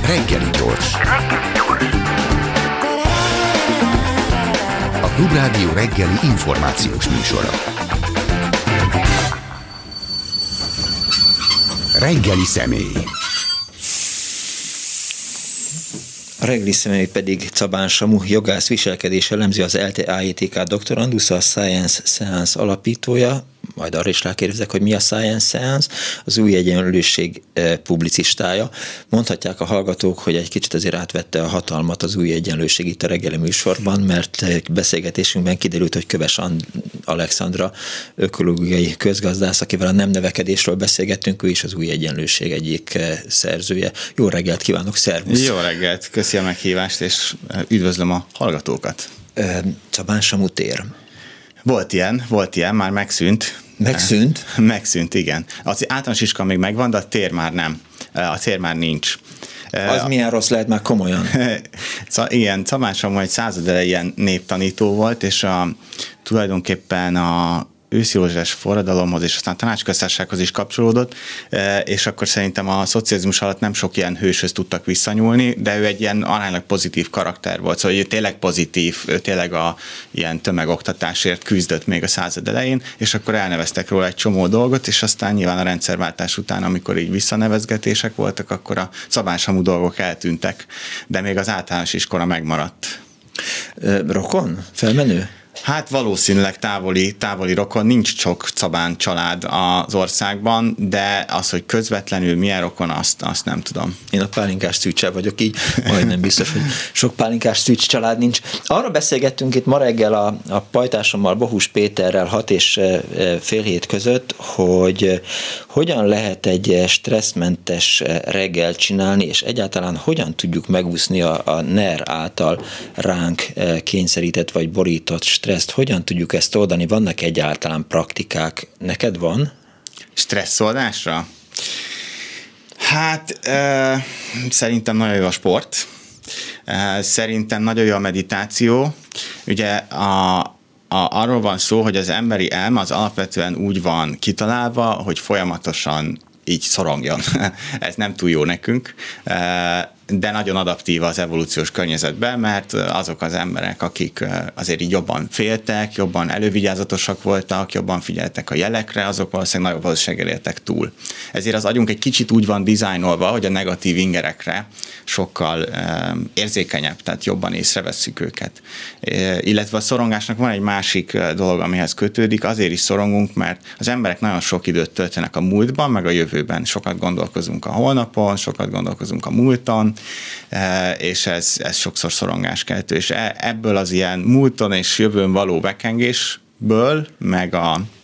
Reggeli gyors. A Klubrádió reggeli információs műsora. Reggeli személy. A reggeli személy pedig Cabán Samu, jogász, viselkedés elemző, az ELTE AETK doktorandusza, a Science Seance alapítója, majd arra is rákérdezek, hogy mi a Science Seance, az új egyenlőség publicistája. Mondhatják a hallgatók, hogy egy kicsit azért átvette a hatalmat az új egyenlőség itt a reggeli műsorban, mert beszélgetésünkben kiderült, hogy Köves Alexandra ökológiai közgazdász, akivel a nem növekedésről beszélgettünk, ő is az új egyenlőség egyik szerzője. Jó reggelt kívánok, szervusz! Jó reggelt, köszi a meghívást, és üdvözlöm a hallgatókat! Cabán Samu tér. Volt ilyen, már megszűnt. Megszűnt? Megszűnt, igen. Az általános iskola még megvan, de a tér már nem. A tér már nincs. Az milyen rossz lehet már komolyan? Igen, Cabán Samu egy századelejen néptanító volt, és tulajdonképpen a őszjózsef forradalomhoz és aztán a tanácsköztársasághoz is kapcsolódott, és akkor szerintem a szocializmus alatt nem sok ilyen hőshöz tudtak visszanyúlni, de ő egy ilyen aránylag pozitív karakter volt, szóval ő tényleg pozitív, ő tényleg a ilyen tömegoktatásért küzdött még a század elején, és akkor elneveztek róla egy csomó dolgot, és aztán nyilván a rendszerváltás után, amikor így visszanevezgetések voltak, akkor a Cabán Samu dolgok eltűntek, de még az általános iskola megmaradt. Rokon? Felmenő? Hát valószínűleg távoli rokon, nincs sok Cabán család az országban, de az, hogy közvetlenül milyen rokon, azt nem tudom. Én a pálinkás Szűcse vagyok, így majdnem biztos, hogy sok pálinkás Szűcs család nincs. Arra beszélgettünk itt ma reggel a pajtásommal, Bohus Péterrel 6 és fél hét között, hogy hogyan lehet egy stresszmentes reggelt csinálni, és egyáltalán hogyan tudjuk megúszni a NER által ránk kényszerített vagy borított stresszt, hogyan tudjuk ezt oldani? Vannak egyáltalán praktikák? Neked van? Stresszoldásra? Hát szerintem nagyon jó a sport, szerintem nagyon jó a meditáció. Ugye arról van szó, hogy az emberi elme az alapvetően úgy van kitalálva, hogy folyamatosan így szorongjon. Ez nem túl jó nekünk, de nagyon adaptív az evolúciós környezetben, mert azok az emberek, akik azért így jobban féltek, jobban elővigyázatosak voltak, jobban figyeltek a jelekre, azok valószínűleg nagyobb valószínűséggel éltek túl. Ezért az agyunk egy kicsit úgy van dizájnolva, hogy a negatív ingerekre sokkal érzékenyebb, tehát jobban észrevesszük őket. Illetve a szorongásnak van egy másik dolog, amihez kötődik, azért is szorongunk, mert az emberek nagyon sok időt töltenek a múltban, meg a jövőben. Sokat gondolkozunk a holnapon, sokat gondolkozunk a múlton, és ez sokszor szorongáskeltő, és ebből az ilyen múlton és jövőn való bekengésből, meg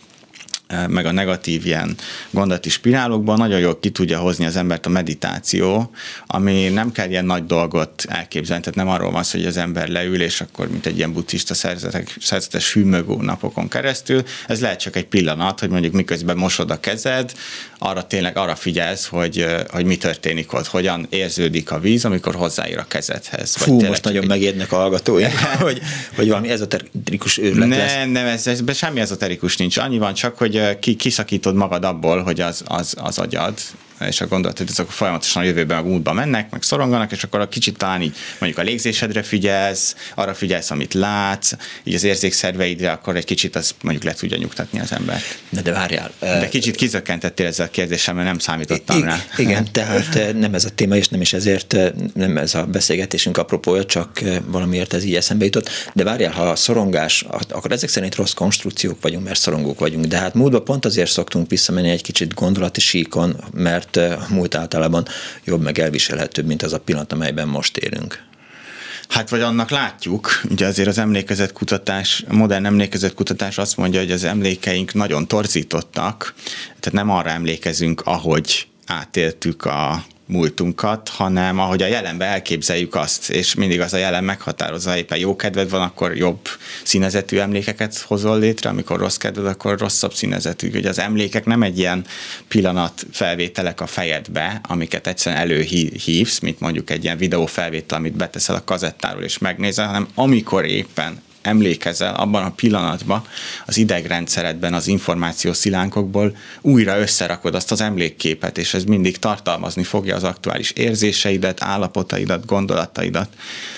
a negatív ilyen gondolati spirálokban nagyon jól ki tudja hozni az embert a meditáció, ami nem kell ilyen nagy dolgot elképzelni, tehát nem arról van szó, hogy az ember leül, és akkor mint egy ilyen buddhista szerzetes hűmögő napokon keresztül, ez lehet csak egy pillanat, hogy mondjuk miközben mosod a kezed, arra figyelsz, hogy mi történik ott, hogyan érződik a víz, amikor hozzáír a kezedhez. Fú, most nagyon megérnek a hallgatói, hogy valami ezoterikus őrület lesz. Nem, ez semmi ezoterikus nincs. Annyi van csak, hogy kiszakítod magad abból, hogy az agyad, és a gondolat, azok folyamatosan a jövőben, meg múltba mennek, meg szoronganak, és akkor a kicsit talán így mondjuk a légzésedre figyelsz, arra figyelsz, amit látsz, így az érzékszerveidre, akkor egy kicsit az mondjuk le tudja nyugtatni az embert. De várjál. De kicsit kizökkentettél ezzel a kérdéssel, mert nem számítottam rá. Igen, tehát nem ez a téma, és nem is ezért nem ez a beszélgetésünk apropója, csak valamiért ez így eszembe jutott. De várjál, ha a szorongás, akkor ezek szerint rossz konstrukciók vagyunk, mert szorongók vagyunk. De hát múltban pont azért szoktunk visszamenni egy kicsit gondolati síkon, mert múlt általában jobb meg elviselhetőbb, mint az a pillanat, amelyben most élünk. Hát vagy annak látjuk, ugye azért az emlékezetkutatás, a modern emlékezetkutatás azt mondja, hogy az emlékeink nagyon torzítottak, tehát nem arra emlékezünk, ahogy átéltük a múltunkat, hanem ahogy a jelenben elképzeljük azt, és mindig az a jelen meghatározza, éppen jó kedved van, akkor jobb színezetű emlékeket hozol létre, amikor rossz kedved, akkor rosszabb színezetű. Ugye az emlékek nem egy ilyen pillanatfelvételek a fejedbe, amiket egyszerűen előhívsz, mint mondjuk egy ilyen videófelvétel, amit beteszel a kazettáról és megnézel, hanem amikor éppen emlékezel, abban a pillanatban az idegrendszeredben, az információs szilánkokból újra összerakod azt az emlékképet, és ez mindig tartalmazni fogja az aktuális érzéseidet, állapotaidat, gondolataidat.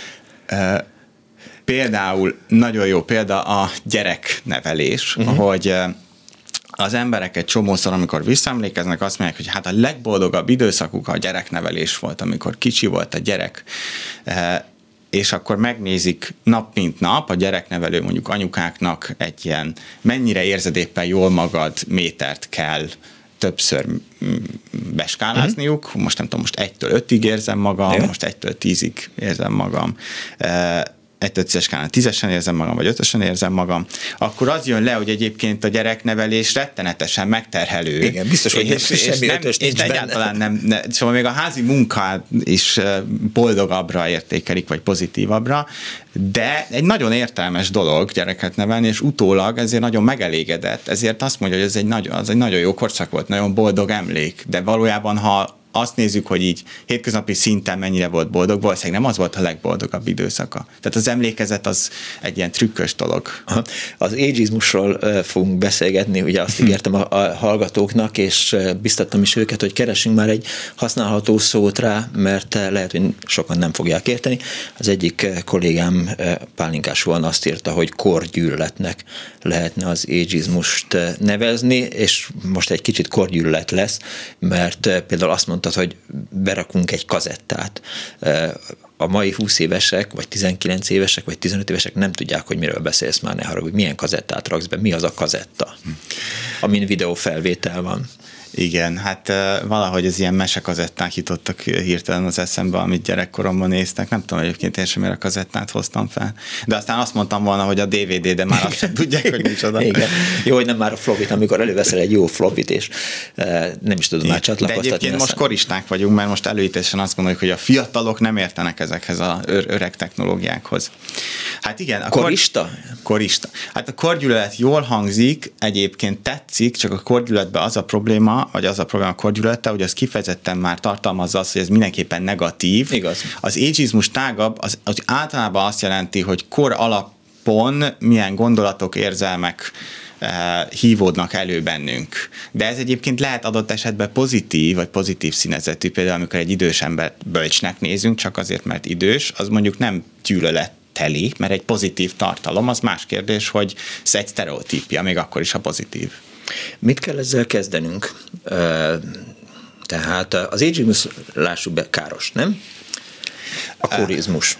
Például nagyon jó példa a gyereknevelés, hogy az emberek egy csomószor, amikor visszaemlékeznek, azt mondják, hogy hát a legboldogabb időszakuk a gyereknevelés volt, amikor kicsi volt a gyerek, és akkor megnézik nap mint nap a gyereknevelő mondjuk anyukáknak egy ilyen mennyire érzed éppen jól magad métert kell többször beskálázniuk, most nem tudom, most 1-től 5-ig érzem magam, most 1-től 10-ig érzem magam, 1-10-es skálán 10-esen érzem magam, vagy 5-ösen érzem magam, akkor az jön le, hogy egyébként a gyereknevelés rettenetesen megterhelő. Igen, biztos, hogy semmi ötös nincs egyáltalán nem, szóval még a házi munkát is boldogabbra értékelik, vagy pozitívabbra, de egy nagyon értelmes dolog gyereket nevelni, és utólag ezért nagyon megelégedett, ezért azt mondja, hogy ez egy nagyon jó korszak volt, nagyon boldog emlék, de valójában, ha azt nézzük, hogy így hétköznapi szinten mennyire volt boldog, valószínűleg nem az volt a legboldogabb időszaka. Tehát az emlékezet az egy ilyen trükkös dolog. Az ageizmusról fogunk beszélgetni, ugye azt ígértem a hallgatóknak, és biztattam is őket, hogy keresünk már egy használható szót rá, mert lehet, hogy sokan nem fogják érteni. Az egyik kollégám Pálinkás volna azt írta, hogy korgyűlöletnek lehetne az ageizmust nevezni, és most egy kicsit korgyűlölet lesz, mert például azt mondtad, hogy berakunk egy kazettát. A mai 20 évesek, vagy 19 évesek, vagy 15 évesek nem tudják, hogy miről beszélsz, már ne haragudj, milyen kazettát raksz be, mi az a kazetta, amin videófelvétel van. Igen, hát valahogy az ilyen mesekazetták jutottak hirtelen az eszembe, amit gyerekkoromban néztek. Nem tudom egyébként én sem, miért a kazettát hoztam fel. De aztán azt mondtam volna, hogy a DVD, de már azt sem tudják, hogy micsoda. Igen. Jó, hogy nem már a flopit, amikor előveszel egy jó flopit, és nem is tudod már csatlakoztatni. De egyébként most koristák vagyunk, mert most előítésen azt gondoljuk, hogy a fiatalok nem értenek ezekhez az öreg technológiákhoz. Hát igen. Korista? Korista. Hát a korgyűlölet jól hangzik, egyébként tetszik, csak a korgyűlöletben az a probléma, vagy az a probléma a korgyűlölettel, hogy az kifejezetten már tartalmazza azt, hogy ez mindenképpen negatív. Igaz. Az ageizmus tágabb, az általában azt jelenti, hogy kor alapon milyen gondolatok, érzelmek hívódnak elő bennünk. De ez egyébként lehet adott esetben pozitív, vagy pozitív színezetű, például amikor egy idős embert bölcsnek nézünk, csak azért, mert idős, az mondjuk nem gyűlölet teli, mert egy pozitív tartalom, az más kérdés, hogy ez egy sztereotípia, még akkor is a pozitív. Mit kell ezzel kezdenünk? Tehát az ageizmus, lássuk be, káros, nem? A korizmus.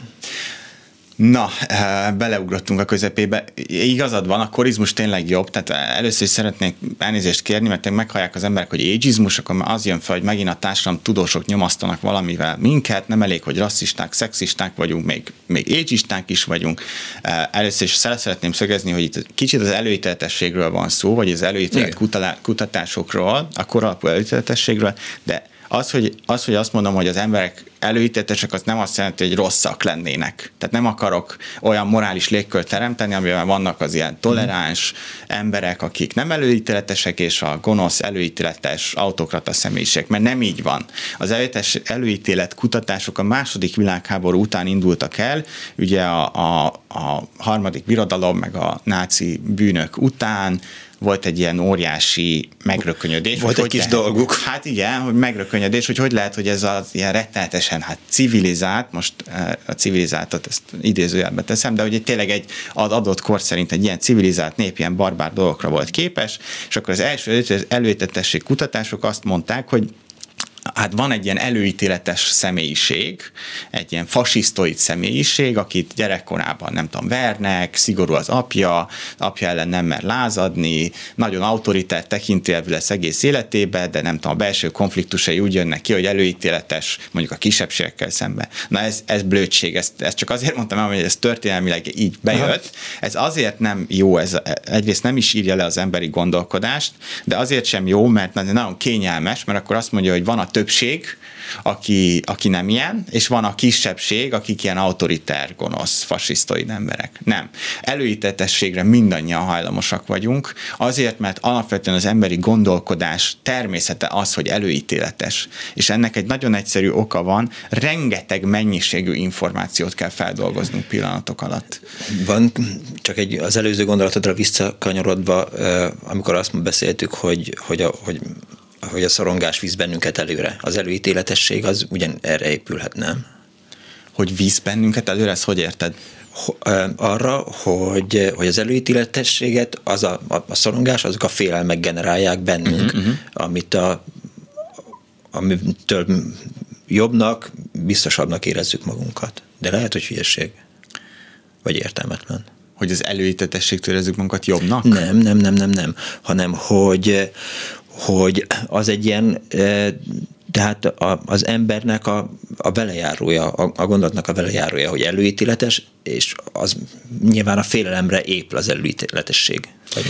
Na, beleugrottunk a közepébe. Igazad van, a korizmus tényleg jobb, tehát először is szeretnék elnézést kérni, mert meghallják az emberek, hogy ageizmus, akkor az jön fel, hogy megint a társadalom tudósok nyomasztanak valamivel minket, nem elég, hogy rasszisták, szexisták vagyunk, még ageisták is vagyunk. Először is szeretném szögezni, hogy itt kicsit az előítéletességről van szó, vagy az előítélet kutatásokról, a koralapú előítéletességről, de az, hogy azt mondom, hogy az emberek előítéletesek, az nem azt jelenti, hogy rosszak lennének. Tehát nem akarok olyan morális légkört teremteni, amiben vannak az ilyen toleráns emberek, akik nem előítéletesek, és a gonosz, előítéletes autokrata személyiség, mert nem így van. Az előítélet kutatások a II. Világháború után indultak el, ugye a harmadik birodalom, meg a náci bűnök után, volt egy ilyen óriási megrökönyödés. Volt egy kis dolguk. Hát igen, hogy megrökönyödés, hogy lehet, hogy ez az ilyen rettenetesen civilizált, most a civilizáltat ezt idézőjelbe teszem, de hogy tényleg egy adott kor szerint egy ilyen civilizált nép ilyen barbár dolgokra volt képes, és akkor az első előítéletesség kutatások azt mondták, hogy hát van egy ilyen előítéletes személyiség, egy ilyen fasisztoid személyiség, akit gyerekkorában nem tudom, vernek, szigorú az apja ellen nem mer lázadni, nagyon autoritár tekintélvű lesz egész életében, de nem tudom, a belső konfliktusai úgy jönnek ki, hogy előítéletes mondjuk a kisebbségekkel szemben. Na ez blödség, ezt csak azért mondtam, hogy ez történelmileg így bejött. Ez azért nem jó, ez egyrészt nem is írja le az emberi gondolkodást, de azért sem jó, mert nagyon kényelmes, mert akkor azt mondja, hogy van a többség, aki nem ilyen, és van a kisebbség, akik ilyen autoriter, gonosz, fasisztoid emberek. Nem. Előítéletességre mindannyian hajlamosak vagyunk, azért, mert alapvetően az emberi gondolkodás természete az, hogy előítéletes. És ennek egy nagyon egyszerű oka van, rengeteg mennyiségű információt kell feldolgoznunk pillanatok alatt. Van csak az előző gondolatodra visszakanyarodva, amikor azt beszéltük, hogy a szorongás visz bennünket előre. Az előítéletesség az ugyan erre épülhet, nem? Hogy visz bennünket előre, ezt hogy érted? Arra, hogy az előítéletességet, a szorongás, azok a félelmek generálják bennünk, amitől jobbnak, biztosabbnak érezzük magunkat. De lehet, hogy hülyeség. Vagy értelmetlen. Hogy az előítéletességtől érezzük magunkat jobbnak? Nem. Hanem, hogy az egy ilyen, tehát az embernek a velejárója, a gondolatnak a velejárója, hogy előítéletes, és az nyilván a félelemre épül az előítéletesség, vagy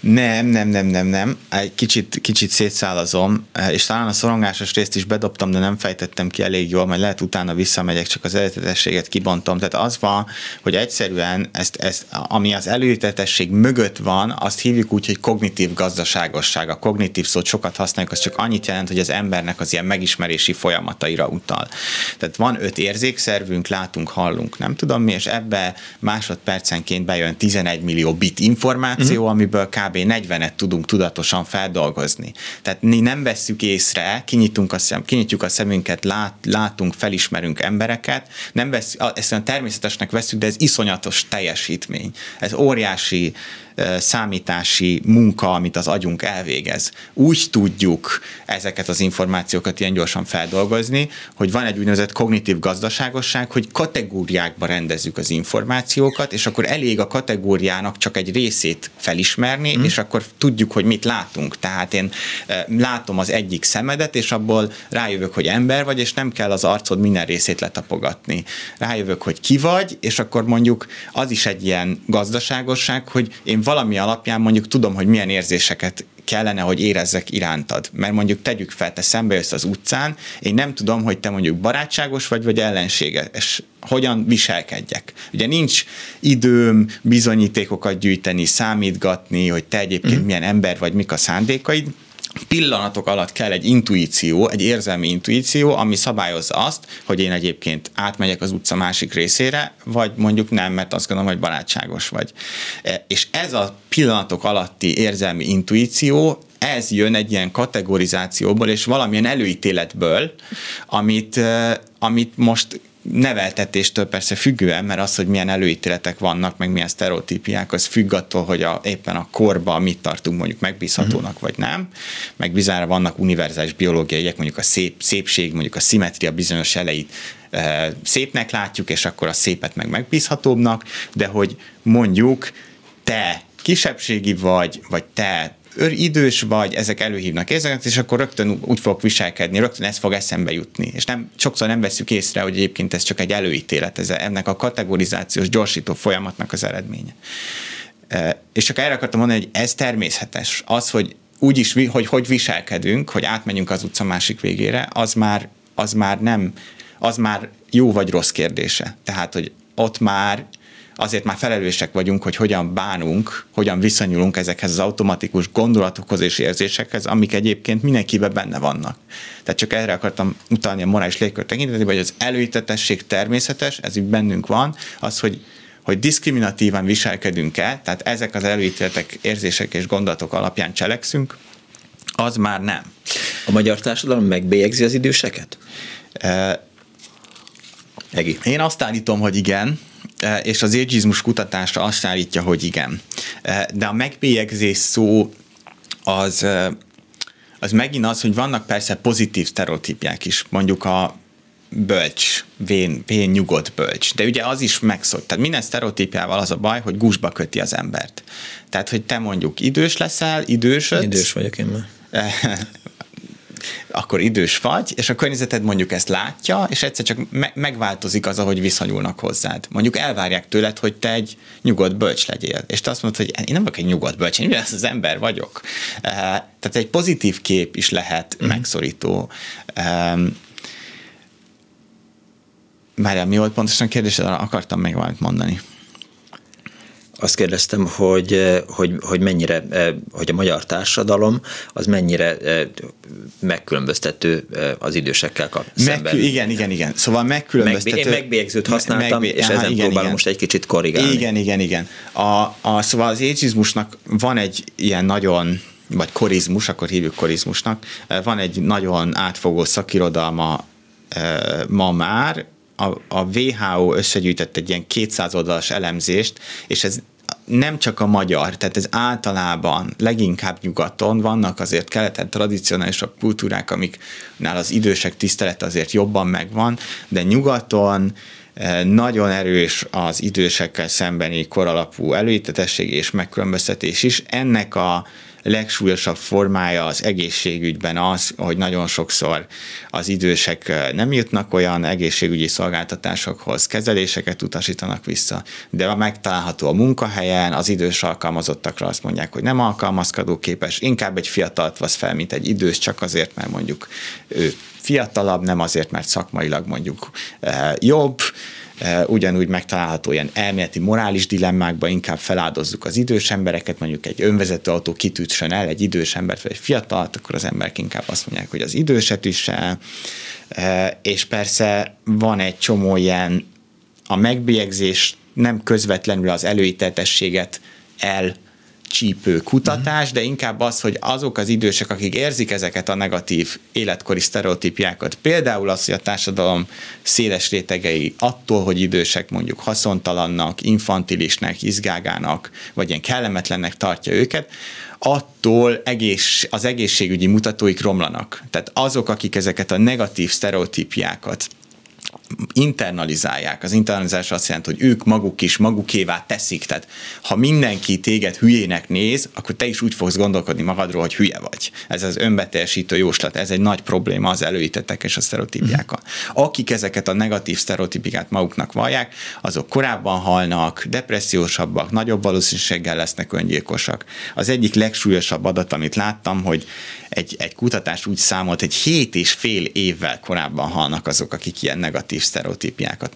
nem? Nem. Egy kicsit szétszálazom, és talán a szorongásos részt is bedobtam, de nem fejtettem ki elég jól, majd lehet utána visszamegyek, csak az előítéletességet kibontom. Tehát az van, hogy egyszerűen ezt, ami az előítéletesség mögött van, azt hívjuk úgy, hogy kognitív gazdaságosság. A kognitív szót sokat használjuk, az csak annyit jelent, hogy az embernek az ilyen megismerési folyamataira utal. Tehát van 5 érzékszervünk, látunk, hallunk, nem tudom mi, és ebbe másodpercenként bejön 11 millió bit információ, amiből kb. 40-et tudunk tudatosan feldolgozni. Tehát mi nem vesszük észre, kinyitjuk a szemünket, látunk, felismerünk embereket, ezt természetesnek vesszük, de ez iszonyatos teljesítmény. Ez óriási számítási munka, amit az agyunk elvégez. Úgy tudjuk ezeket az információkat ilyen gyorsan feldolgozni, hogy van egy úgynevezett kognitív gazdaságosság, hogy kategóriákba rendezzük az információkat, és akkor elég a kategóriának csak egy részét felismerni, és akkor tudjuk, hogy mit látunk. Tehát én látom az egyik szemedet, és abból rájövök, hogy ember vagy, és nem kell az arcod minden részét letapogatni. Rájövök, hogy ki vagy, és akkor mondjuk az is egy ilyen gazdaságosság, hogy én valami alapján mondjuk tudom, hogy milyen érzéseket kellene, hogy érezzek irántad. Mert mondjuk tegyük fel, te szembe jössz az utcán, én nem tudom, hogy te mondjuk barátságos vagy ellenséges. Hogyan viselkedjek. Ugye nincs időm bizonyítékokat gyűjteni, számítgatni, hogy te egyébként milyen ember vagy, mik a szándékaid. Pillanatok alatt kell egy intuíció, egy érzelmi intuíció, ami szabályozza azt, hogy én egyébként átmegyek az utca másik részére, vagy mondjuk nem, mert azt gondolom, hogy barátságos vagy. És ez a pillanatok alatti érzelmi intuíció, ez jön egy ilyen kategorizációból, és valamilyen előítéletből, amit most neveltetéstől persze függően, mert az, hogy milyen előítéletek vannak, meg milyen sztereotípiák, az függ attól, hogy éppen a korban mit tartunk mondjuk megbízhatónak, vagy nem. Meg bizonyára vannak univerzális biológiaiak, mondjuk a szépség, mondjuk a szimmetria bizonyos eleit szépnek látjuk, és akkor a szépet meg megbízhatóbbnak, de hogy mondjuk te kisebbségi vagy te idős vagy, ezek előhívnak érzeket, és akkor rögtön úgy fogok viselkedni, rögtön ez fog eszembe jutni. És sokszor nem vesszük észre, hogy egyébként ez csak egy előítélet, ennek a kategorizációs gyorsító folyamatnak az eredménye. És csak erre akartam mondani, hogy ez természetes. Az, hogy úgyis, hogy viselkedünk, hogy átmenjünk az utca másik végére, az már jó vagy rossz kérdése. Tehát, hogy ott már azért már felelősek vagyunk, hogy hogyan bánunk, hogyan viszonyulunk ezekhez az automatikus gondolatokhoz és érzésekhez, amik egyébként mindenkiben benne vannak. Tehát csak erre akartam utalni a morális légkör tekintetében, hogy az előítéletesség természetes, ez így bennünk van, az, hogy diszkriminatívan viselkedünk-e, tehát ezek az előítéletek, érzések és gondolatok alapján cselekszünk, az már nem. A magyar társadalom megbélyegzi az időseket? Egi. Én azt állítom, hogy igen, és az ageizmus kutatása azt állítja, hogy igen. De a megbélyegzés szó az megint az, hogy vannak persze pozitív sztereotípiák is, mondjuk a bölcs, vén, nyugodt bölcs. De ugye az is megszokott. Tehát minden sztereotípiával az a baj, hogy gúzsba köti az embert. Tehát, hogy te mondjuk idős leszel, idősödsz. Idős vagyok én már. akkor idős vagy, és a környezeted mondjuk ezt látja, és egyszer csak megváltozik az, ahogy viszonyulnak hozzád. Mondjuk elvárják tőled, hogy te egy nyugodt bölcs legyél. És te azt mondod, hogy én nem vagyok egy nyugodt bölcs, én az ember vagyok. Tehát egy pozitív kép is lehet megszorító. Várjál, mi volt pontosan a kérdés? Akartam még valamit mondani. Azt kérdeztem, hogy mennyire, hogy a magyar társadalom az mennyire megkülönböztető az idősekkel szemben. Igen. Szóval megkülönböztető. Én megbélyegzőt használtam, és ezen próbálom most egy kicsit korrigálni. Igen. Szóval az ageizmusnak van egy ilyen nagyon, vagy korizmus, akkor hívjuk korizmusnak, van egy nagyon átfogó szakirodalma ma már. A WHO összegyűjtett egy ilyen 200 oldalas elemzést, és ez nem csak a magyar, tehát ez általában leginkább nyugaton vannak azért keleten tradicionálisabb kultúrák, amiknál az idősek tisztelete azért jobban megvan, de nyugaton nagyon erős az idősekkel szembeni koralapú előítéletesség és megkülönböztetés is. Ennek a legsúlyosabb formája az egészségügyben az, hogy nagyon sokszor az idősek nem jutnak olyan egészségügyi szolgáltatásokhoz, kezeléseket utasítanak vissza, de megtalálható a munkahelyen, az idős alkalmazottakra azt mondják, hogy nem alkalmazkodóképes, inkább egy fiatalt vasz fel, mint egy idős, csak azért, mert mondjuk ő fiatalabb, nem azért, mert szakmailag mondjuk jobb. Ugyanúgy megtalálható ilyen elméleti morális dilemmákban, inkább feláldozzuk az idős embereket, mondjuk egy önvezető autó kitűtsön el egy idős embert vagy egy fiatalt, akkor az emberek inkább azt mondják, hogy az időset is el. És persze van egy csomó ilyen, a megbélyegzés nem közvetlenül az előítéletességet csípő kutatás, de inkább az, hogy azok az idősek, akik érzik ezeket a negatív életkori sztereotípiákat, például az, hogy a társadalom széles rétegei attól, hogy idősek mondjuk haszontalannak, infantilisnek, izgágának, vagy ilyen kellemetlennek tartja őket, attól az egészségügyi mutatóik romlanak. Tehát azok, akik ezeket a negatív sztereotípiákat internalizálják. Az internalizálás azt jelenti, hogy ők maguk is magukévá teszik. Tehát ha mindenki téged hülyének néz, akkor te is úgy fogsz gondolkodni magadról, hogy hülye vagy. Ez az önbeteljesítő jóslat. Ez egy nagy probléma az előítéletek és a sztereotípiákkal. Akik ezeket a negatív sztereotípiát maguknak vallják, azok korábban halnak, depressziósabbak, nagyobb valószínűséggel lesznek öngyilkosak. Az egyik legsúlyosabb adat, amit láttam, hogy egy kutatás úgy számolt, hogy 7,5 évvel korábban halnak azok, akik ilyen negatív sztereotípiákat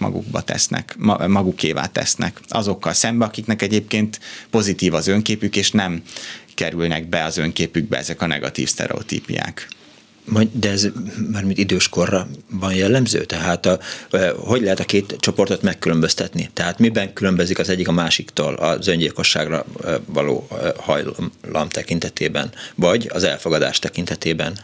magukévá tesznek. Azokkal szembe, akiknek egyébként pozitív az önképük, és nem kerülnek be az önképükbe ezek a negatív sztereotípiák. De ez mármint időskorra van jellemző? Tehát hogy lehet a két csoportot megkülönböztetni? Tehát miben különbözik az egyik a másiktól az öngyilkosságra való hajlam tekintetében, vagy az elfogadás tekintetében?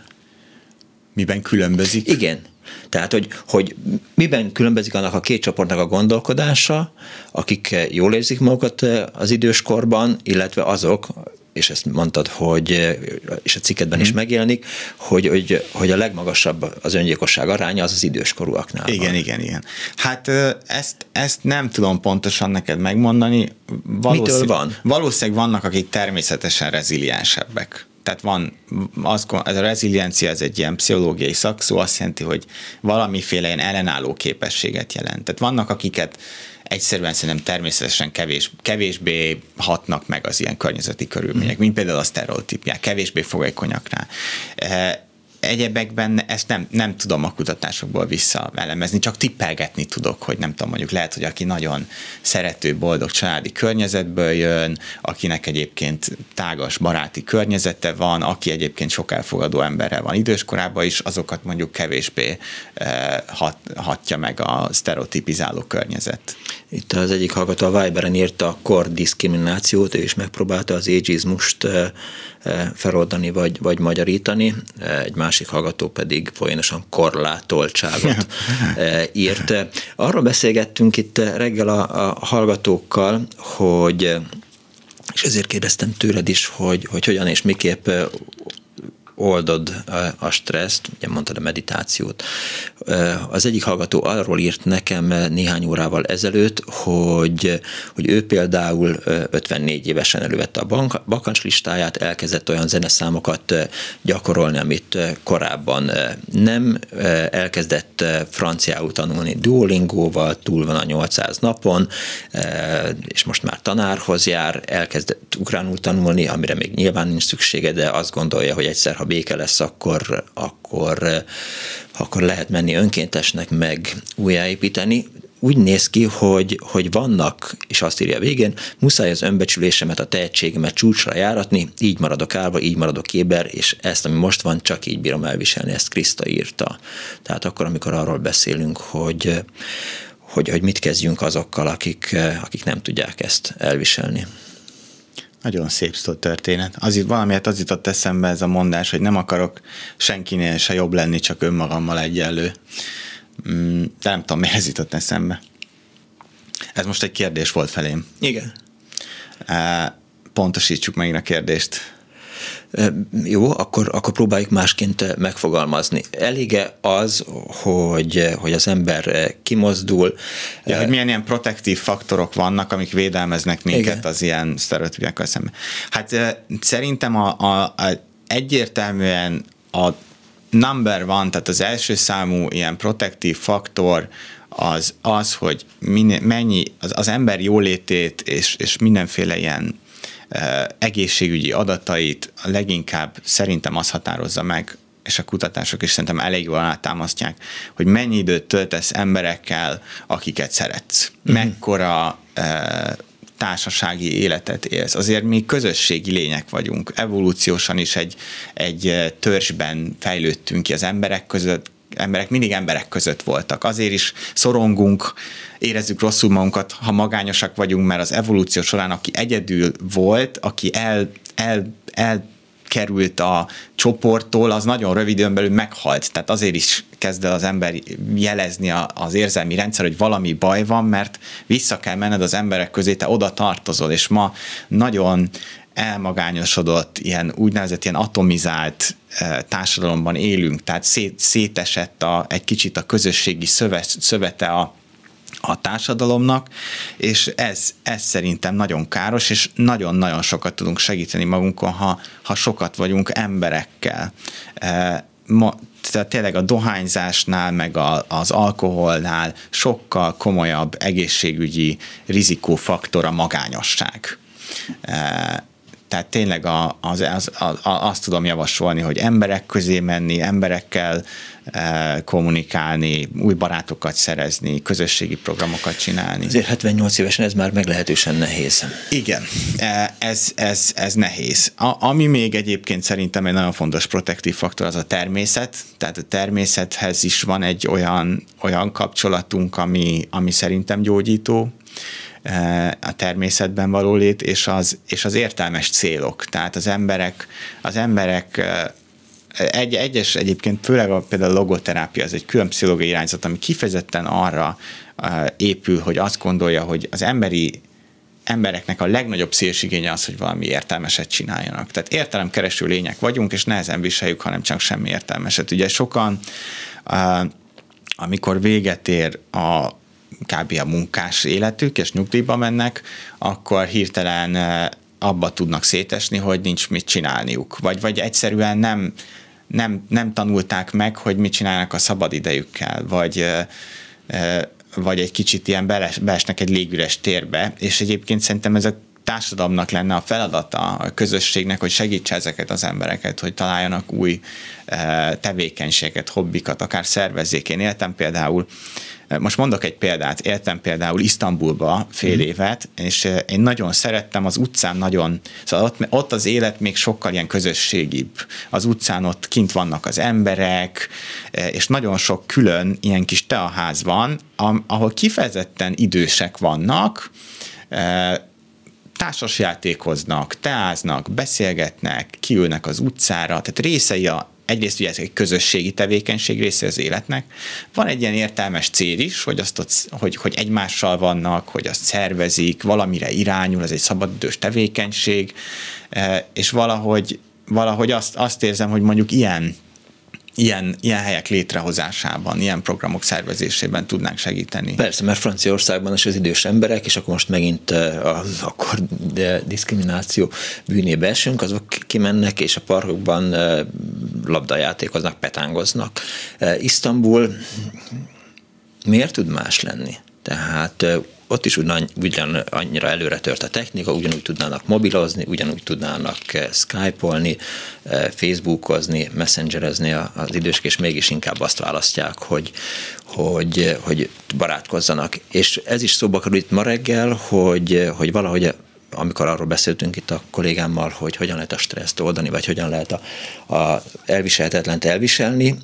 Miben különbözik? Igen. Tehát, hogy miben különbözik annak a két csoportnak a gondolkodása, akik jól érzik magukat az időskorban, illetve azok, és ezt mondtad, és a cikketben is megjelenik, hogy a legmagasabb az öngyilkosság aránya az időskorúaknál van. Igen. Hát ezt nem tudom pontosan neked megmondani. Mitől van? Valószínűleg vannak, akik természetesen reziliensebbek. Tehát ez a reziliencia, ez egy ilyen pszichológiai szakszó, azt jelenti, hogy valamiféle ilyen ellenálló képességet jelent. Tehát vannak, akiket egyszerűen szerintem természetesen kevésbé hatnak meg az ilyen környezeti körülmények, mint például a sztereotípiák, kevésbé fogékonyak rá. Egyebekben ezt nem tudom a kutatásokból visszaelemezni, csak tippelgetni tudok, hogy nem tudom, mondjuk lehet, hogy aki nagyon szerető, boldog családi környezetből jön, akinek egyébként tágas baráti környezete van, aki egyébként sok elfogadó emberrel van időskorában is, azokat mondjuk kevésbé hatja meg a sztereotipizáló környezet. Itt az egyik hallgató a Viberen írta a kordiszkriminációt, ő is megpróbálta az ageizmust feloldani vagy magyarítani, egy másik hallgató pedig folyamatosan korlátoltságot írt. Arról beszélgettünk itt reggel a hallgatókkal, és ezért kérdeztem tőled is, hogy hogyan és miképp oldod a stresszt, ugye mondtad a meditációt. Az egyik hallgató arról írt nekem néhány órával ezelőtt, hogy ő például 54 évesen elővette a bakancslistáját, elkezdett olyan zeneszámokat gyakorolni, amit korábban nem, elkezdett franciául tanulni Duolingóval, túl van a 800 napon, és most már tanárhoz jár, elkezdett ukránul tanulni, amire még nyilván nincs szüksége, de azt gondolja, hogy egyszer, ha béke lesz, akkor lehet menni önkéntesnek, meg újjáépíteni. Úgy néz ki, hogy vannak, és azt írja a végén, muszáj az önbecsülésemet, a tehetségemet csúcsra járatni, így maradok állva, így maradok éber, és ezt, ami most van, csak így bírom elviselni, ezt Kriszta írta. Tehát akkor, amikor arról beszélünk, hogy mit kezdjünk azokkal, akik nem tudják ezt elviselni. Nagyon szép történet. Valamiért az jutott eszembe ez a mondás, hogy nem akarok senkinél se jobb lenni, csak önmagammal egyenlő. De nem tudom, miért ez jutott eszembe. Ez most egy kérdés volt felém. Igen. Pontosítsuk meg a kérdést. Jó, akkor próbáljuk másként megfogalmazni. Elég-e az, hogy az ember kimozdul? Ja, hogy milyen ilyen protektív faktorok vannak, amik védelmeznek minket. Igen. Az ilyen sztereotípiákkal szemben. Hát szerintem egyértelműen a number one, tehát az első számú ilyen protektív faktor az hogy mennyi az ember jólétét és mindenféle ilyen egészségügyi adatait leginkább szerintem az határozza meg, és a kutatások is szerintem elég jól alátámasztják, hogy mennyi időt töltesz emberekkel, akiket szeretsz. Mekkora társasági életet élsz. Azért mi közösségi lények vagyunk. Evolúciósan is egy törzsben fejlődtünk ki az emberek között. Emberek mindig emberek között voltak. Azért is szorongunk, érezzük rosszul magunkat, ha magányosak vagyunk, mert az evolúció során, aki egyedül volt, aki elkerült a csoporttól, az nagyon rövid időn belül meghalt. Tehát azért is kezd el az ember jelezni az érzelmi rendszer, hogy valami baj van, mert vissza kell menned az emberek közé, te oda tartozol, és ma nagyon elmagányosodott, úgynevezett ilyen atomizált társadalomban élünk, tehát szétesett egy kicsit a közösségi szövete a társadalomnak, és ez szerintem nagyon káros, és nagyon-nagyon sokat tudunk segíteni magunkon, ha sokat vagyunk emberekkel. Tehát tényleg a dohányzásnál, meg az alkoholnál sokkal komolyabb egészségügyi rizikófaktor a magányosság. Tehát tényleg azt tudom javasolni, hogy emberek közé menni, emberekkel kommunikálni, új barátokat szerezni, közösségi programokat csinálni. Azért 78 évesen ez már meglehetősen nehéz. Igen, ez nehéz. Ami még egyébként szerintem egy nagyon fontos protektív faktor, az a természet. Tehát a természethez is van egy olyan kapcsolatunk, ami szerintem gyógyító, a természetben való lét, és az értelmes célok. Tehát az emberek egyébként főleg például a logoterápia, az egy külön pszichológiai irányzat, ami kifejezetten arra épül, hogy azt gondolja, hogy az embereknek a legnagyobb szélsigénye az, hogy valami értelmeset csináljanak. Tehát értelemkereső lények vagyunk, és nehezen viseljük, hanem csak semmi értelmeset. Ugye sokan, amikor véget ér kb. A munkás életük, és nyugdíjba mennek, akkor hirtelen abba tudnak szétesni, hogy nincs mit csinálniuk. Vagy egyszerűen nem tanulták meg, hogy mit csinálnak a szabadidejükkel, vagy egy kicsit ilyen beesnek egy légüres térbe, és egyébként szerintem ez a társadalomnak lenne a feladata, a közösségnek, hogy segítse ezeket az embereket, hogy találjanak új tevékenységet, hobbikat, akár szervezzék. Én éltem például, most mondok egy példát, éltem például Isztambulba fél évet, és én nagyon szerettem az utcán szóval ott az élet még sokkal ilyen közösségibb. Az utcán ott kint vannak az emberek, és nagyon sok külön ilyen kis teaház van, ahol kifejezetten idősek vannak, társasjátékoznak, teáznak, beszélgetnek, kiülnek az utcára, tehát részei egyrészt ugye ez egy közösségi tevékenység része az életnek. Van egy ilyen értelmes cél is, hogy egymással vannak, hogy azt szervezik, valamire irányul, ez egy szabadidős tevékenység, és valahogy valahogy azt érzem, hogy mondjuk ilyen helyek létrehozásában, ilyen programok szervezésében tudnánk segíteni. Persze, mert Franciaországban is az idős emberek, és akkor most megint akkor diszkrimináció bűnébe esünk, azok kimennek, és a parkokban labdajátékoznak, petángoznak. Isztambul miért tud más lenni? Tehát ott is ugyan annyira előre tört a technika, ugyanúgy tudnának mobilozni, ugyanúgy tudnának skype-olni, facebookozni, messengerezni az idősek, és mégis inkább azt választják, hogy barátkozzanak. És ez is szóba került itt ma reggel, hogy valahogy amikor arról beszéltünk itt a kollégámmal, hogy hogyan lehet a stresszt oldani, vagy hogyan lehet a elviselhetetlent elviselni,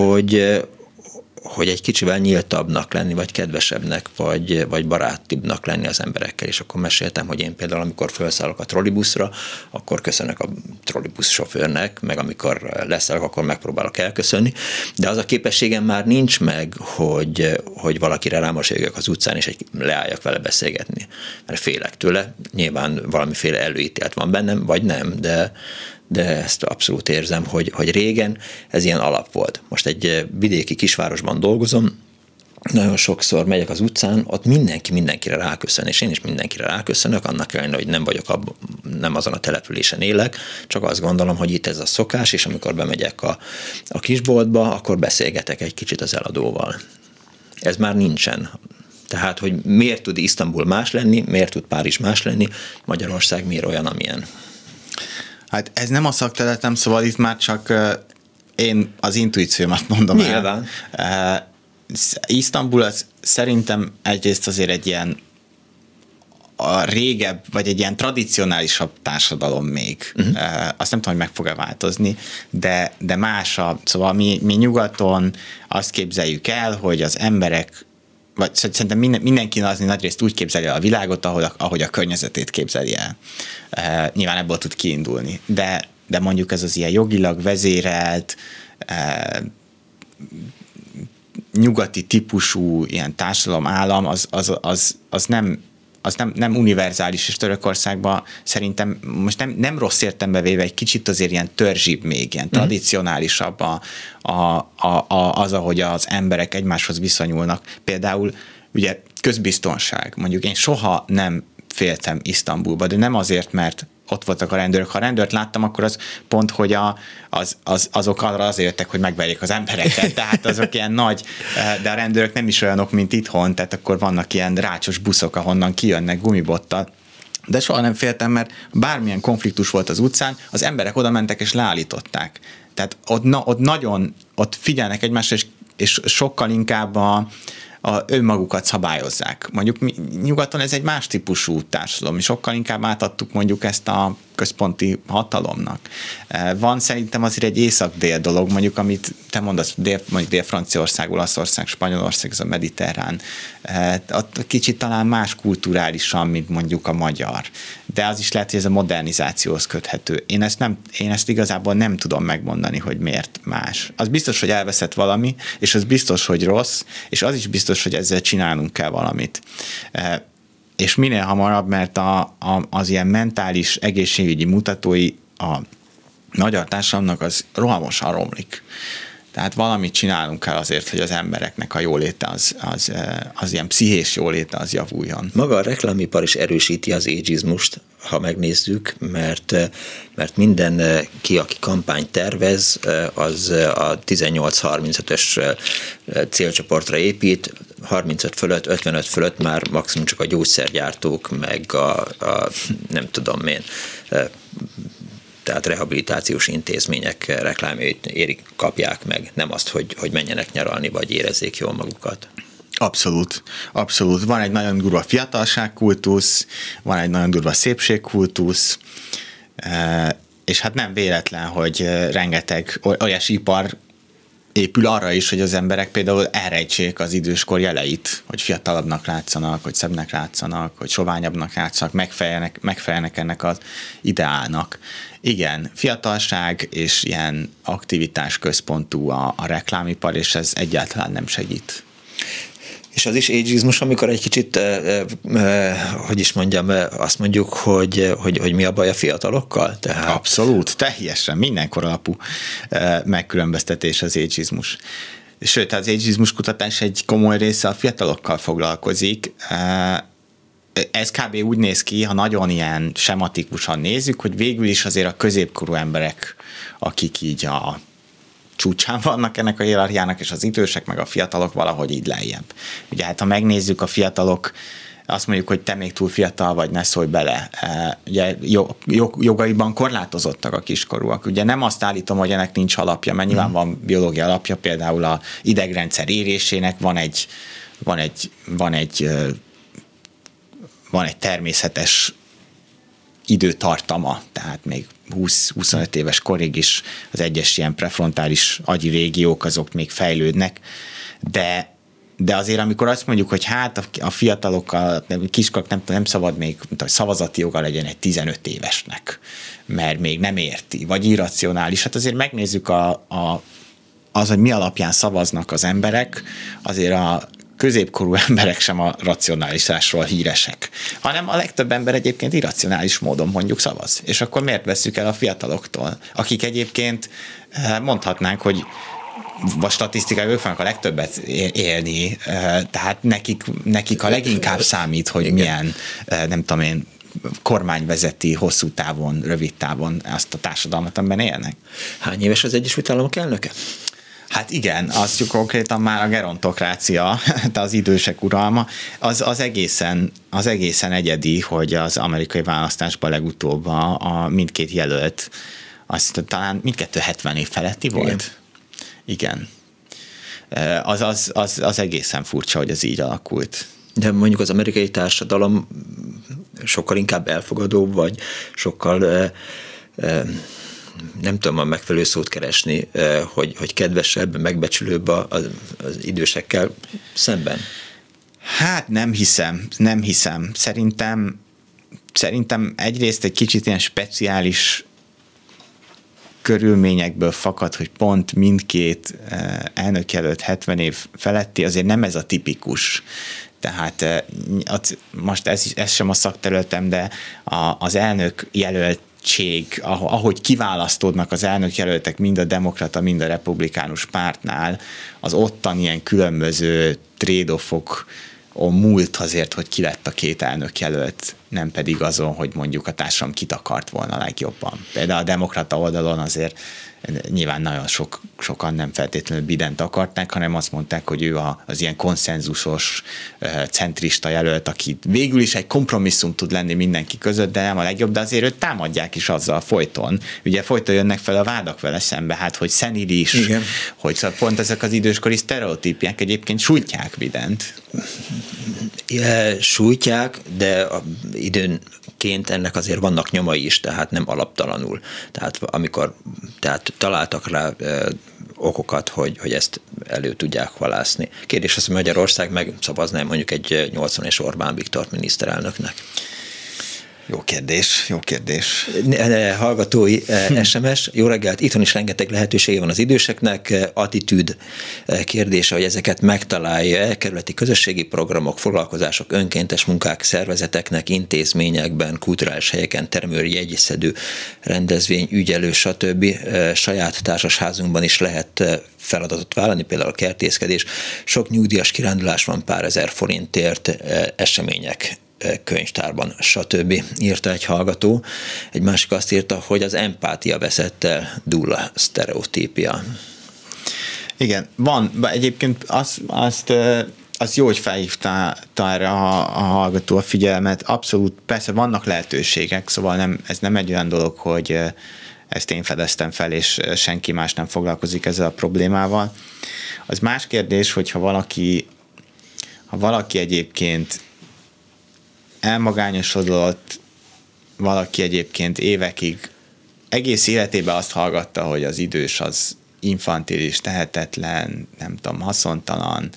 hogy egy kicsivel nyíltabbnak lenni, vagy kedvesebbnek, vagy barátibbnak lenni az emberekkel. És akkor meséltem, hogy én például, amikor felszállok a trollibuszra, akkor köszönök a trollibusz sofőrnek, meg amikor leszállok, akkor megpróbálok elköszönni. De az a képességem már nincs meg, hogy valakire rámosolygok az utcán, és leálljak vele beszélgetni. Mert félek tőle. Nyilván valamiféle előítélet van bennem, vagy nem, de ezt abszolút érzem, hogy régen ez ilyen alap volt. Most egy vidéki kisvárosban dolgozom, nagyon sokszor megyek az utcán, ott mindenkire ráköszön, és én is mindenkire ráköszönök, annak ellenére, hogy nem azon a településen élek, csak azt gondolom, hogy itt ez a szokás, és amikor bemegyek a kisboltba, akkor beszélgetek egy kicsit az eladóval. Ez már nincsen. Tehát, hogy miért tud Isztambul más lenni, miért tud Párizs más lenni, Magyarország miért olyan, amilyen. Hát ez nem a szakterületem, szóval itt már csak én az intuíciómat mondom. Nyilván. Isztambul az szerintem egyrészt azért egy ilyen a régebb, vagy egy ilyen tradicionálisabb társadalom még. Azt nem tudom, hogy meg fog-e változni, de másabb. Szóval mi nyugaton azt képzeljük el, hogy az emberek, vagy szerintem mindenki nagyrészt úgy képzeli el a világot, ahogy a környezetét képzeli el. Nyilván ebből tud kiindulni. De mondjuk ez az ilyen jogilag vezérelt, nyugati típusú ilyen társadalom-állam, az nem univerzális, és Törökországban szerintem most nem rossz értelembe véve, egy kicsit azért ilyen törzsibb még, ilyen tradicionálisabb az, ahogy az emberek egymáshoz viszonyulnak. Például ugye közbiztonság. Mondjuk én soha nem féltem Isztambulba, de nem azért, mert ott voltak a rendőrök. Ha a rendőrt láttam, akkor az pont, hogy azok arra azért jöttek, hogy megverjék az embereket. Tehát azok ilyen nagy, de a rendőrök nem is olyanok, mint itthon, tehát akkor vannak ilyen rácsos buszok, ahonnan kijönnek gumibottal. De soha nem féltem, mert bármilyen konfliktus volt az utcán, az emberek oda mentek és leállították. Tehát ott figyelnek egymásra, és sokkal inkább önmagukat szabályozzák. Mondjuk nyugaton ez egy más típusú társadalom, mi sokkal inkább átadtuk mondjuk ezt a központi hatalomnak. Van szerintem azért egy észak-dél dolog, mondjuk amit te mondasz, mondjuk Dél-Franciaország, Olaszország, Spanyolország, ez a mediterrán. Ott kicsit talán más kulturálisan, mint mondjuk a magyar. De az is lehet, hogy ez a modernizációhoz köthető. Én ezt igazából nem tudom megmondani, hogy miért más. Az biztos, hogy elveszett valami, és az biztos, hogy rossz, és az is biztos, hogy ezzel csinálnunk kell valamit. És minél hamarabb, mert az ilyen mentális egészségügyi mutatói a magyar társadalomnak az rohamosan romlik. Tehát valamit csinálunk kell azért, hogy az embereknek a jóléte, az ilyen pszichés jóléte az javuljon. Maga a reklámipar is erősíti az ageizmust, ha megnézzük, mert mindenki, aki kampányt tervez, az a 18-35-ös célcsoportra épít, 35 fölött, 55 fölött már maximum csak a gyógyszergyártók, meg a nem tudom én, tehát rehabilitációs intézmények reklámjait kapják meg, nem azt, hogy menjenek nyaralni, vagy érezzék jól magukat. Abszolút, abszolút. Van egy nagyon durva fiatalságkultusz, van egy nagyon durva szépségkultusz, és hát nem véletlen, hogy rengeteg olyas ipar épül arra is, hogy az emberek például elrejtsék az időskor jeleit, hogy fiatalabbnak látszanak, hogy szebbnek látszanak, hogy soványabbnak látszanak, megfelelnek ennek az ideálnak. Igen, fiatalság és ilyen aktivitás központú a reklámipar, és ez egyáltalán nem segít. És az is ageizmus, amikor egy kicsit, hogy is mondjam, azt mondjuk, hogy mi a baj a fiatalokkal? Tehát... Abszolút, teljesen, mindenkor alapú megkülönböztetés az ageizmus. Sőt, az ageizmus kutatás egy komoly része a fiatalokkal foglalkozik. Ez kb. Úgy néz ki, ha nagyon ilyen sematikusan nézzük, hogy végül is azért a középkorú emberek, akik így a csúcsán vannak ennek a hierarchiának, és az idősek meg a fiatalok valahogy így lejjebb. Ugye hát ha megnézzük a fiatalok, azt mondjuk, hogy te még túl fiatal vagy, ne szólj bele. Ugye jogaiban korlátozottak a kiskorúak. Ugye nem azt állítom, hogy ennek nincs alapja, mert nyilván van biológia alapja, például a idegrendszer érésének van egy természetes időtartama, tehát még 20-25 éves korig is az egyes ilyen prefrontális agyi régiók azok még fejlődnek, de azért amikor azt mondjuk, hogy hát a fiatalokkal, kiskorúak nem szabad még, hogy szavazati joga legyen egy 15 évesnek, mert még nem érti, vagy irracionális, hát azért megnézzük az, hogy mi alapján szavaznak az emberek, azért a középkorú emberek sem a racionalitásról híresek, hanem a legtöbb ember egyébként irracionális módon mondjuk szavaz. És akkor miért vesszük el a fiataloktól, akik egyébként mondhatnánk, hogy a statisztikák ők fognak a legtöbbet élni, tehát nekik a leginkább számít, hogy milyen, nem tudom én, kormány vezeti hosszú távon, rövid távon azt a társadalmat, amiben élnek. Hány éves az Egyesült Államok elnöke? Hát igen, az konkrétan már a gerontokrácia, de az idősek uralma, az egészen egyedi, hogy az amerikai választásban legutóbb a mindkét jelölt, azt talán mindkettő 70 év feletti volt. Igen. Az egészen furcsa, hogy ez így alakult. De mondjuk az amerikai társadalom sokkal inkább elfogadóbb, vagy sokkal nem tudom a megfelelő szót keresni, hogy kedvesebb, megbecsülőbb az idősekkel szemben? Hát nem hiszem. Szerintem egyrészt egy kicsit ilyen speciális körülményekből fakad, hogy pont mindkét elnökjelölt 70 év feletti, azért nem ez a tipikus. Tehát most ez sem a szakterületem, de az elnök jelöltség, ahogy kiválasztódnak az elnökjelöltek mind a demokrata, mind a republikánus pártnál, az ottan ilyen különböző trade-offok múlt azért, hogy ki lett a két elnökjelölt, nem pedig azon, hogy mondjuk a társadalom kit akart volna legjobban. Például a demokrata oldalon azért nyilván nagyon sokan nem feltétlenül Bident akarták, hanem azt mondták, hogy ő az ilyen konszenzusos, centrista jelölt, aki végül is egy kompromisszum tud lenni mindenki között, de nem a legjobb, de azért őt támadják is azzal folyton. Ugye folyton jönnek fel a vádak vele szembe, hát hogy szenilis, igen, hogy szóval pont ezek az időskori sztereotípiák egyébként sújtják Bident. Sújtják, de időnként ennek azért vannak nyomai is, tehát nem alaptalanul. Tehát találtak rá okokat, hogy ezt elő tudják halászni. Kérdés az, hogy Magyarország megszavazná mondjuk egy 80-es Orbán Viktor miniszterelnöknek. Jó kérdés. Hallgatói SMS. Jó reggelt, itthon is rengeteg lehetősége van az időseknek. Attitűd kérdése, hogy ezeket megtalálja kerületi közösségi programok, foglalkozások, önkéntes munkák, szervezeteknek, intézményekben, kulturális helyeken, termőri jegyszedő, rendezvény, ügyelő, stb. Saját társasházunkban is lehet feladatot vállalni, például a kertészkedés. Sok nyugdíjas kirándulás van pár ezer forintért, események könyvtárban, stb. Írta egy hallgató. Egy másik azt írta, hogy az empátia veszett el, dúl a sztereotípia. Igen, van, egyébként az jó, hogy felhívta erre a hallgató a figyelmet. Abszolút, persze vannak lehetőségek, szóval ez nem egy olyan dolog, hogy ezt én fedeztem fel, és senki más nem foglalkozik ezzel a problémával. Az más kérdés, hogy ha valaki egyébként elmagányosodott, valaki egyébként évekig egész életében azt hallgatta, hogy az idős az infantilis, tehetetlen, nem tudom, haszontalan,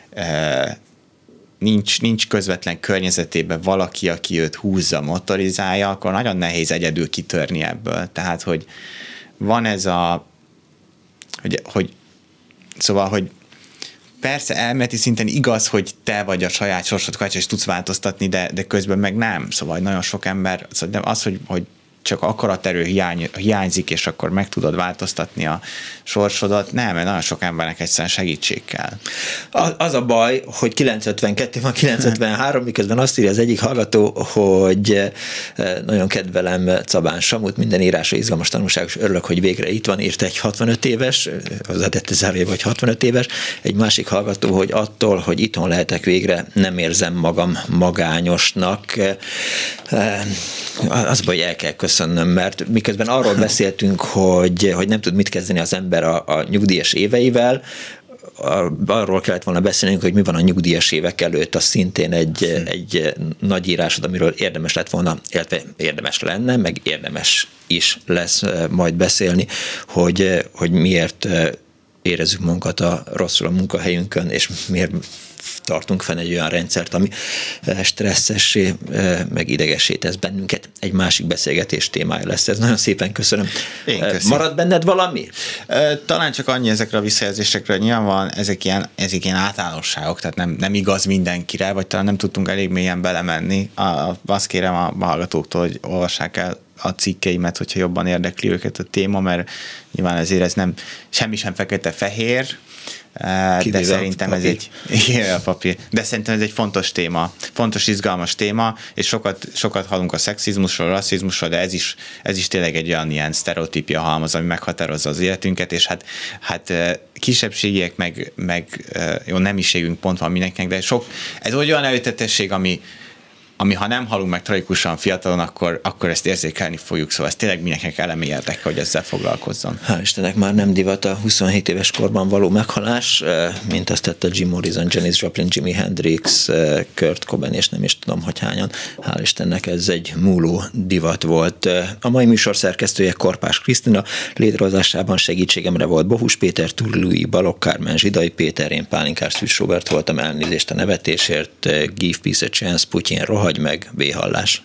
nincs közvetlen környezetében valaki, aki őt húzza, motorizálja, akkor nagyon nehéz egyedül kitörni ebből. Tehát, hogy van ez hogy persze elméleti szinten igaz, hogy te vagy a saját sorsod kacsa, és tudsz változtatni, de közben meg nem. Szóval nagyon sok ember, az, hogy csak akaraterő hiányzik, és akkor meg tudod változtatni a sorsodat. Nem, mert nagyon sok embernek egyszerűen segítség kell. Az a baj, hogy 952 van 953, miközben azt írja az egyik hallgató, hogy nagyon kedvelem Czabán Samut, minden írása izgalmas, tanulságos, örülök, hogy végre itt van, írt egy 65 éves, hozzátette zárójelbe, vagy 65 éves, egy másik hallgató, hogy attól, hogy itthon lehetek végre, nem érzem magam magányosnak. Az baj, el kell köszönnöm, mert miközben arról beszéltünk, hogy nem tud mit kezdeni az ember a nyugdíjas éveivel, arról kellett volna beszélnünk, hogy mi van a nyugdíjas évek előtt, az szintén egy nagy írásod, amiről érdemes lett volna, illetve érdemes lenne, meg érdemes is lesz majd beszélni, hogy miért érezzük magunkat rosszul a munkahelyünkön, és miért tartunk fenn egy olyan rendszert, ami stresszessé, meg idegessé tesz bennünket. Egy másik beszélgetés témája lesz. Ez nagyon szépen köszönöm. Marad benned valami? Talán csak annyi ezekre a visszajelzésekre, nyilván ezek ilyen általánosságok, tehát nem igaz mindenkire, vagy talán nem tudtunk elég mélyen belemenni. Azt kérem a hallgatóktól, hogy olvassák el a cikkeimet, hogyha jobban érdekli őket a téma, mert nyilván ezért ez nem semmi sem fekete-fehér, de szerintem ez egy fontos téma, fontos, izgalmas téma, és sokat hallunk a szexizmusról, rasszizmusról, de ez is tényleg egy olyan ilyen sztereotípia halmaz, ami meghatározza az életünket, és hát kisebbségiek, meg jó nemiségünk pont van mindenkinek, de ez olyan előtetesség, ami ha nem halunk meg tragikusan fiatalon, akkor ezt érzékelni fogjuk, szóval ez tényleg mindenkinek elemi érdeke, hogy ezzel foglalkozzon. Hál' Istennek már nem divat a 27 éves korban való meghalás, mint azt tette Jim Morrison, Janis Joplin, Jimi Hendrix, Kurt Cobain, és nem is tudom, hogy hányan. Hál' Istennek ez egy múló divat volt. A mai műsor szerkesztője Korpás Krisztina, létrehozásában segítségemre volt Bohus Péter, Turlui Balogh Kármen, Zsidai Péter, én Pálinkás Szűcs Robert voltam, elnézést a nevetésért, Give Peace a Chance, Putyin rohagy meg, B-hallás.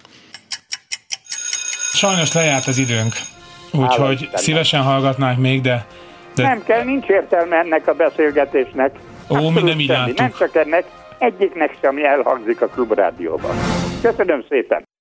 Sajnos lejárt az időnk, úgyhogy szívesen hallgatnánk még, de... Nem kell, nincs értelme ennek a beszélgetésnek. Ó, mi nem így láttuk. Nem csak ennek, egyiknek sem elhangzik a Klubrádióban. Köszönöm szépen!